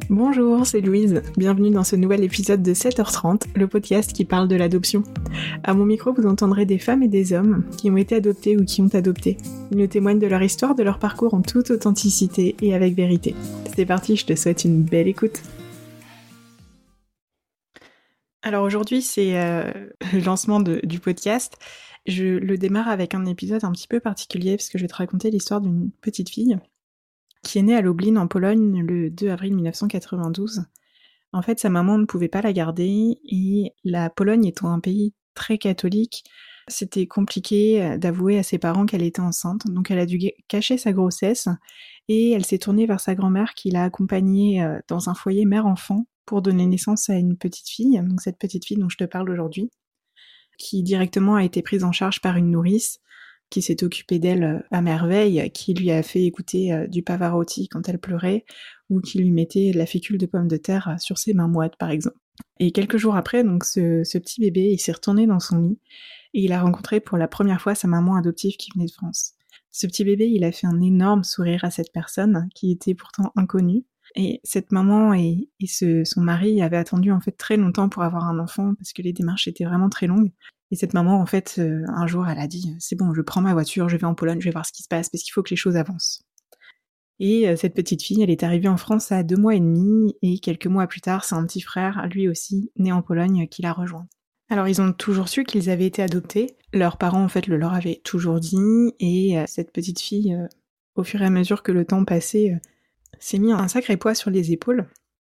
Bonjour, c'est Louise. Bienvenue dans ce nouvel épisode de 7h30, le podcast qui parle de l'adoption. À mon micro, vous entendrez des femmes et des hommes qui ont été adoptés ou qui ont adopté. Ils nous témoignent de leur histoire, de leur parcours en toute authenticité et avec vérité. C'est parti, je te souhaite une belle écoute. Alors aujourd'hui, c'est le lancement du podcast. Je le démarre avec un épisode un petit peu particulier parce que je vais te raconter l'histoire d'une petite fille qui est née à Lublin en Pologne le 2 avril 1992. En fait, sa maman ne pouvait pas la garder et la Pologne étant un pays très catholique, c'était compliqué d'avouer à ses parents qu'elle était enceinte. Donc elle a dû cacher sa grossesse et elle s'est tournée vers sa grand-mère qui l'a accompagnée dans un foyer mère-enfant pour donner naissance à une petite fille, donc cette petite fille dont je te parle aujourd'hui, qui directement a été prise en charge par une nourrice qui s'est occupée d'elle à merveille, qui lui a fait écouter du Pavarotti quand elle pleurait, ou qui lui mettait de la fécule de pommes de terre sur ses mains moites, par exemple. Et quelques jours après, donc ce petit bébé, il s'est retourné dans son lit, et il a rencontré pour la première fois sa maman adoptive qui venait de France. Ce petit bébé, il a fait un énorme sourire à cette personne, qui était pourtant inconnue, et cette maman et son mari avaient attendu en fait très longtemps pour avoir un enfant, parce que les démarches étaient vraiment très longues. Et cette maman, en fait, un jour, elle a dit « C'est bon, je prends ma voiture, je vais en Pologne, je vais voir ce qui se passe, parce qu'il faut que les choses avancent. » Et cette petite fille, elle est arrivée en France à 2 mois et demi, et quelques mois plus tard, c'est un petit frère, lui aussi, né en Pologne, qui l'a rejoint. Alors, ils ont toujours su qu'ils avaient été adoptés. Leurs parents, en fait, le leur avaient toujours dit, et cette petite fille, au fur et à mesure que le temps passait, s'est mis un sacré poids sur les épaules.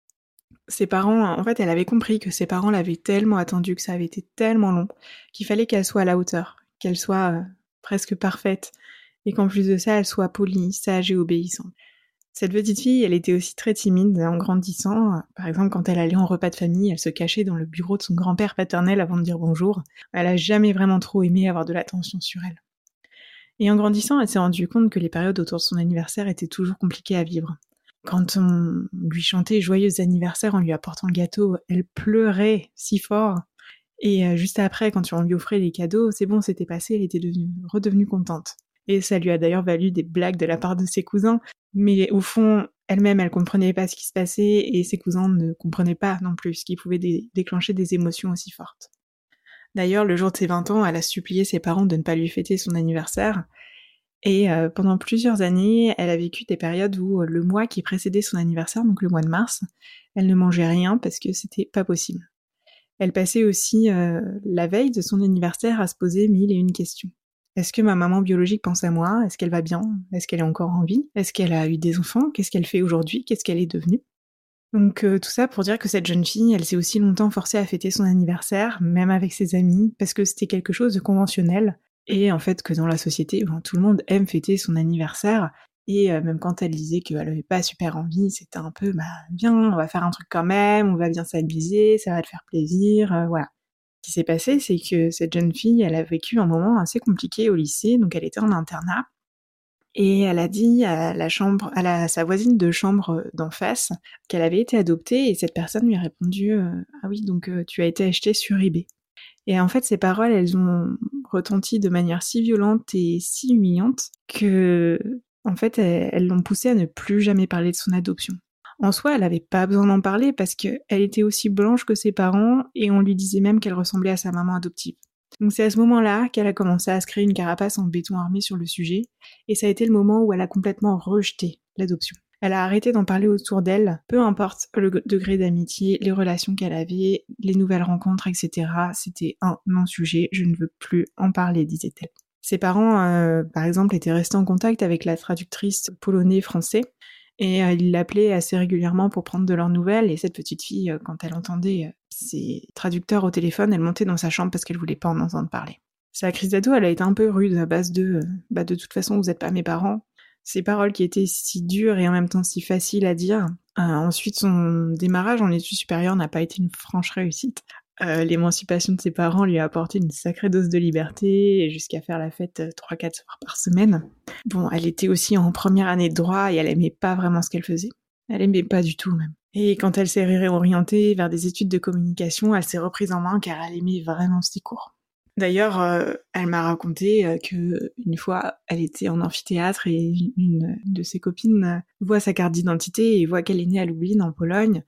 Ses parents, en fait, elle avait compris que ses parents l'avaient tellement attendue, que ça avait été tellement long, qu'il fallait qu'elle soit à la hauteur, qu'elle soit presque parfaite, et qu'en plus de ça, elle soit polie, sage et obéissante. Cette petite fille, elle était aussi très timide en grandissant. Par exemple, quand elle allait en repas de famille, elle se cachait dans le bureau de son grand-père paternel avant de dire bonjour. Elle a jamais vraiment trop aimé avoir de l'attention sur elle. Et en grandissant, elle s'est rendue compte que les périodes autour de son anniversaire étaient toujours compliquées à vivre. Quand on lui chantait « Joyeux anniversaire » en lui apportant le gâteau, elle pleurait si fort. Et juste après, quand on lui offrait les cadeaux, c'est bon, c'était passé, elle était redevenue contente. Et ça lui a d'ailleurs valu des blagues de la part de ses cousins, mais au fond, elle-même, elle comprenait pas ce qui se passait, et ses cousins ne comprenaient pas non plus ce qui pouvait déclencher des émotions aussi fortes. D'ailleurs, le jour de ses 20 ans, elle a supplié ses parents de ne pas lui fêter son anniversaire, et pendant plusieurs années, elle a vécu des périodes où le mois qui précédait son anniversaire, donc le mois de mars, elle ne mangeait rien parce que c'était pas possible. Elle passait aussi la veille de son anniversaire à se poser 1001 questions. Est-ce que ma maman biologique pense à moi ? Est-ce qu'elle va bien ? Est-ce qu'elle est encore en vie ? Est-ce qu'elle a eu des enfants ? Qu'est-ce qu'elle fait aujourd'hui ? Qu'est-ce qu'elle est devenue ? Donc tout ça pour dire que cette jeune fille, elle s'est aussi longtemps forcée à fêter son anniversaire, même avec ses amis, parce que c'était quelque chose de conventionnel. Et en fait, que dans la société, tout le monde aime fêter son anniversaire. Et même quand elle disait qu'elle avait pas super envie, c'était un peu, viens, on va faire un truc quand même, on va bien s'amuser, ça va te faire plaisir, voilà. Ce qui s'est passé, c'est que cette jeune fille, elle a vécu un moment assez compliqué au lycée, donc elle était en internat. Et elle a dit à sa voisine de chambre d'en face qu'elle avait été adoptée, et cette personne lui a répondu « Ah oui, donc tu as été achetée sur eBay ». Et en fait, ces paroles, elles ont retenti de manière si violente et si humiliante que, en fait, elles l'ont poussée à ne plus jamais parler de son adoption. En soi, elle avait pas besoin d'en parler parce qu'elle était aussi blanche que ses parents, et on lui disait même qu'elle ressemblait à sa maman adoptive. Donc c'est à ce moment-là qu'elle a commencé à se créer une carapace en béton armé sur le sujet, et ça a été le moment où elle a complètement rejeté l'adoption. Elle a arrêté d'en parler autour d'elle, peu importe le degré d'amitié, les relations qu'elle avait, les nouvelles rencontres, etc. C'était un non-sujet, je ne veux plus en parler, disait-elle. Ses parents, par exemple, étaient restés en contact avec la traductrice polonais-français, et ils l'appelaient assez régulièrement pour prendre de leurs nouvelles, et cette petite fille, quand elle entendait ses traducteurs au téléphone, elle montait dans sa chambre parce qu'elle voulait pas en entendre parler. Sa crise d'ado, elle a été un peu rude à base de « de toute façon, vous êtes pas mes parents ». Ces paroles qui étaient si dures et en même temps si faciles à dire. Ensuite, son démarrage en études supérieures n'a pas été une franche réussite. L'émancipation de ses parents lui a apporté une sacrée dose de liberté, et jusqu'à faire la fête 3-4 soirs par semaine. Bon, elle était aussi en première année de droit et elle aimait pas vraiment ce qu'elle faisait. Elle aimait pas du tout même. Et quand elle s'est réorientée vers des études de communication, elle s'est reprise en main car elle aimait vraiment ses cours. D'ailleurs, elle m'a raconté que une fois, elle était en amphithéâtre et une de ses copines voit sa carte d'identité et voit qu'elle est née à Lublin, en Pologne.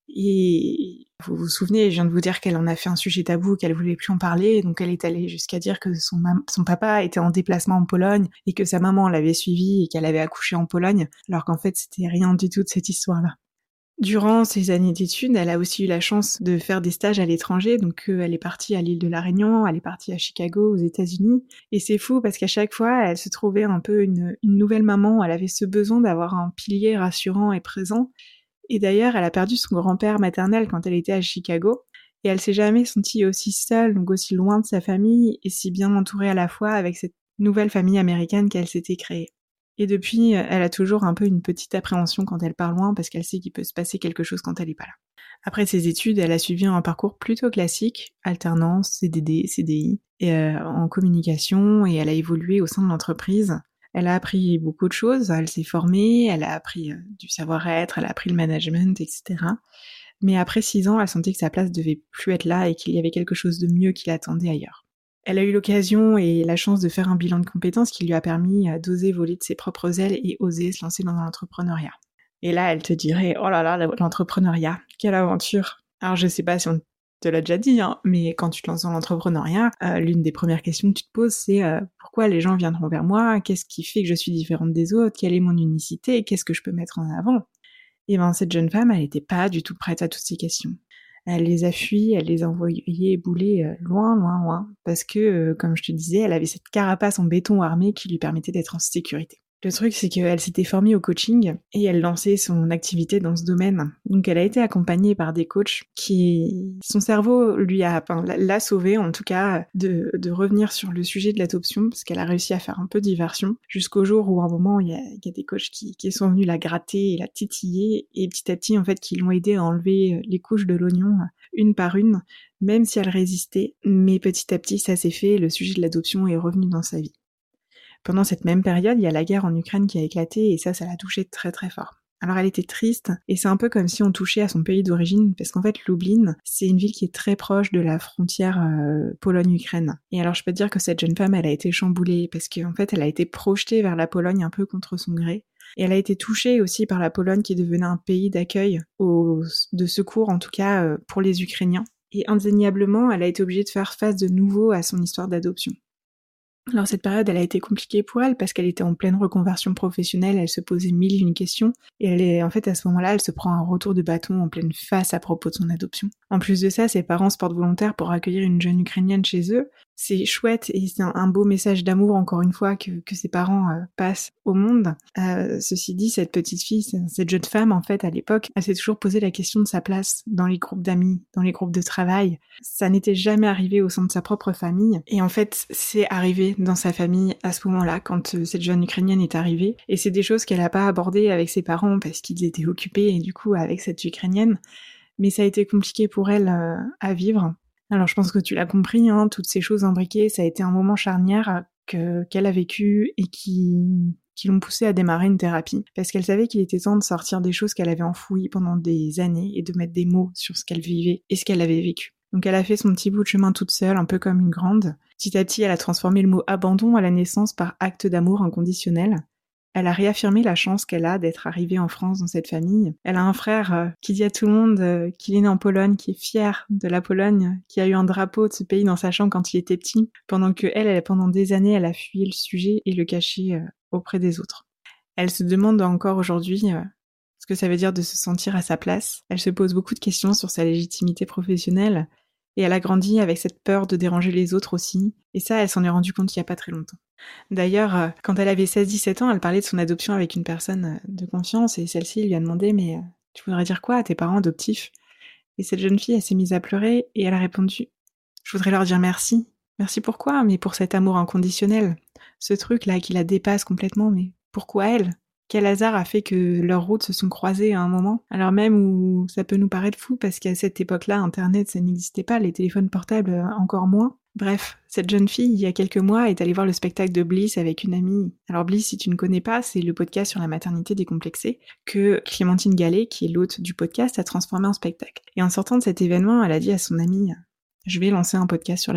Et vous vous souvenez, je viens de vous dire qu'elle en a fait un sujet tabou, qu'elle voulait plus en parler, donc elle est allée jusqu'à dire que son papa était en déplacement en Pologne et que sa maman l'avait suivi et qu'elle avait accouché en Pologne, alors qu'en fait, c'était rien du tout de cette histoire-là. Durant ses années d'études, elle a aussi eu la chance de faire des stages à l'étranger, donc elle est partie à l'île de la Réunion, elle est partie à Chicago, aux États-Unis, et c'est fou parce qu'à chaque fois, elle se trouvait un peu une nouvelle maman, elle avait ce besoin d'avoir un pilier rassurant et présent, et d'ailleurs, elle a perdu son grand-père maternel quand elle était à Chicago, et elle s'est jamais sentie aussi seule, donc aussi loin de sa famille, et si bien entourée à la fois avec cette nouvelle famille américaine qu'elle s'était créée. Et depuis, elle a toujours un peu une petite appréhension quand elle part loin parce qu'elle sait qu'il peut se passer quelque chose quand elle est pas là. Après ses études, elle a suivi un parcours plutôt classique, alternance, CDD, CDI, en communication, et elle a évolué au sein de l'entreprise. Elle a appris beaucoup de choses, elle s'est formée, elle a appris du savoir-être, elle a appris le management, etc. Mais après 6 ans, elle sentait que sa place devait plus être là et qu'il y avait quelque chose de mieux qui l'attendait ailleurs. Elle a eu l'occasion et la chance de faire un bilan de compétences qui lui a permis d'oser voler de ses propres ailes et oser se lancer dans l'entrepreneuriat. Et là, elle te dirait, oh là là, l'entrepreneuriat, quelle aventure. Alors je sais pas si on te l'a déjà dit, hein, mais quand tu te lances dans l'entrepreneuriat, l'une des premières questions que tu te poses, c'est pourquoi les gens viendront vers moi, qu'est-ce qui fait que je suis différente des autres, quelle est mon unicité, qu'est-ce que je peux mettre en avant. Et ben cette jeune femme, elle était pas du tout prête à toutes ces questions. Elle les a fuis, elle les a envoyés bouler loin, loin, loin, parce que, comme je te disais, elle avait cette carapace en béton armé qui lui permettait d'être en sécurité. Le truc, c'est qu'elle s'était formée au coaching et elle lançait son activité dans ce domaine. Donc elle a été accompagnée par des coachs qui... Son cerveau l'a sauvée, en tout cas, de revenir sur le sujet de l'adoption, parce qu'elle a réussi à faire un peu diversion, jusqu'au jour où, à un moment, il y a des coachs qui sont venus la gratter et la titiller, et petit à petit, en fait, qui l'ont aidée à enlever les couches de l'oignon, une par une, même si elle résistait. Mais petit à petit, ça s'est fait, le sujet de l'adoption est revenu dans sa vie. Pendant cette même période, il y a la guerre en Ukraine qui a éclaté et ça l'a touchée très très fort. Alors elle était triste et c'est un peu comme si on touchait à son pays d'origine parce qu'en fait Lublin, c'est une ville qui est très proche de la frontière Pologne-Ukraine. Et alors je peux te dire que cette jeune femme, elle a été chamboulée parce qu'en fait elle a été projetée vers la Pologne un peu contre son gré. Et elle a été touchée aussi par la Pologne qui devenait un pays d'accueil, de secours en tout cas pour les Ukrainiens. Et indéniablement, elle a été obligée de faire face de nouveau à son histoire d'adoption. Alors cette période, elle a été compliquée pour elle parce qu'elle était en pleine reconversion professionnelle, elle se posait mille et une questions et en fait à ce moment-là, elle se prend un retour de bâton en pleine face à propos de son adoption. En plus de ça, ses parents se portent volontaires pour accueillir une jeune Ukrainienne chez eux. C'est chouette et c'est un beau message d'amour encore une fois que ses parents passent au monde. Ceci dit, cette petite fille, cette jeune femme en fait à l'époque, elle s'est toujours posé la question de sa place dans les groupes d'amis, dans les groupes de travail. Ça n'était jamais arrivé au sein de sa propre famille et en fait c'est arrivé dans sa famille à ce moment-là quand cette jeune Ukrainienne est arrivée et c'est des choses qu'elle n'a pas abordées avec ses parents parce qu'ils étaient occupés et du coup avec cette Ukrainienne, mais ça a été compliqué pour elle à vivre. Alors je pense que tu l'as compris, hein, toutes ces choses imbriquées, ça a été un moment charnière qu'elle a vécu et qui l'ont poussée à démarrer une thérapie, parce qu'elle savait qu'il était temps de sortir des choses qu'elle avait enfouies pendant des années et de mettre des mots sur ce qu'elle vivait et ce qu'elle avait vécu. Donc elle a fait son petit bout de chemin toute seule, un peu comme une grande. Petit à petit, elle a transformé le mot abandon à la naissance par acte d'amour inconditionnel. Elle a réaffirmé la chance qu'elle a d'être arrivée en France dans cette famille. Elle a un frère qui dit à tout le monde qu'il est né en Pologne, qui est fier de la Pologne, qui a eu un drapeau de ce pays dans sa chambre quand il était petit, pendant que elle pendant des années, elle a fuyé le sujet et le caché auprès des autres. Elle se demande encore aujourd'hui ce que ça veut dire de se sentir à sa place. Elle se pose beaucoup de questions sur sa légitimité professionnelle, et elle a grandi avec cette peur de déranger les autres aussi, et ça, elle s'en est rendue compte il y a pas très longtemps. D'ailleurs, quand elle avait 16-17 ans, elle parlait de son adoption avec une personne de confiance, et celle-ci lui a demandé « Mais tu voudrais dire quoi à tes parents adoptifs ?» Et cette jeune fille, elle s'est mise à pleurer, et elle a répondu « Je voudrais leur dire merci. Merci pourquoi? Mais pour cet amour inconditionnel. Ce truc-là qui la dépasse complètement, mais pourquoi elle ? Quel hasard a fait que leurs routes se sont croisées à un moment, alors même où ça peut nous paraître fou parce qu'à cette époque-là, Internet, ça n'existait pas, les téléphones portables encore moins. Bref, cette jeune fille, il y a quelques mois, est allée voir le spectacle de Bliss avec une amie. Alors Bliss, si tu ne connais pas, c'est le podcast sur la maternité décomplexée que Clémentine Gallet, qui est l'hôte du podcast, a transformé en spectacle. Et en sortant de cet événement, elle a dit à son amie « Je vais lancer un podcast sur l'adoption ».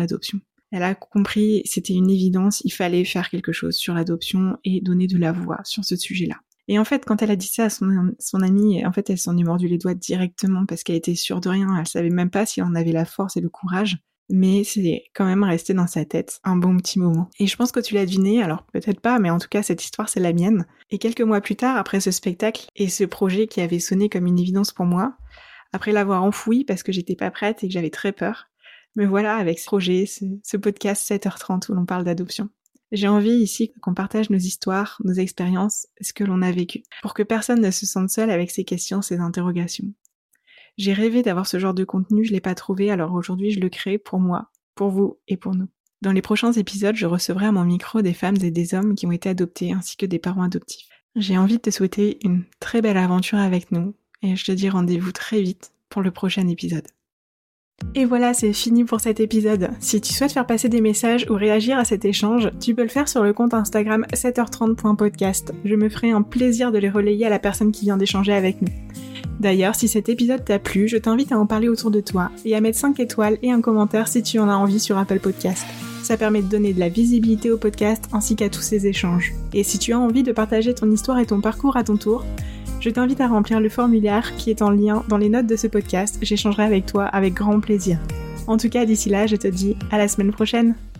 Elle a compris, c'était une évidence, il fallait faire quelque chose sur l'adoption et donner de la voix sur ce sujet-là. Et en fait, quand elle a dit ça à son amie, en fait, elle s'en est mordu les doigts directement parce qu'elle était sûre de rien. Elle savait même pas si elle en avait la force et le courage. Mais c'est quand même resté dans sa tête un bon petit moment. Et je pense que tu l'as deviné, alors peut-être pas, mais en tout cas, cette histoire, c'est la mienne. Et quelques mois plus tard, après ce spectacle et ce projet qui avait sonné comme une évidence pour moi, après l'avoir enfoui parce que j'étais pas prête et que j'avais très peur, me voilà avec ce projet, ce podcast 7h30 où l'on parle d'adoption. J'ai envie ici qu'on partage nos histoires, nos expériences, ce que l'on a vécu, pour que personne ne se sente seul avec ses questions, ses interrogations. J'ai rêvé d'avoir ce genre de contenu, je l'ai pas trouvé, alors aujourd'hui je le crée pour moi, pour vous et pour nous. Dans les prochains épisodes, je recevrai à mon micro des femmes et des hommes qui ont été adoptés, ainsi que des parents adoptifs. J'ai envie de te souhaiter une très belle aventure avec nous, et je te dis rendez-vous très vite pour le prochain épisode. Et voilà, c'est fini pour cet épisode. Si tu souhaites faire passer des messages ou réagir à cet échange, tu peux le faire sur le compte Instagram 7h30.podcast. Je me ferai un plaisir de les relayer à la personne qui vient d'échanger avec nous. D'ailleurs, si cet épisode t'a plu, je t'invite à en parler autour de toi et à mettre 5 étoiles et un commentaire si tu en as envie sur Apple Podcast. Ça permet de donner de la visibilité au podcast ainsi qu'à tous ces échanges. Et si tu as envie de partager ton histoire et ton parcours à ton tour, je t'invite à remplir le formulaire qui est en lien dans les notes de ce podcast. J'échangerai avec toi avec grand plaisir. En tout cas, d'ici là, je te dis à la semaine prochaine.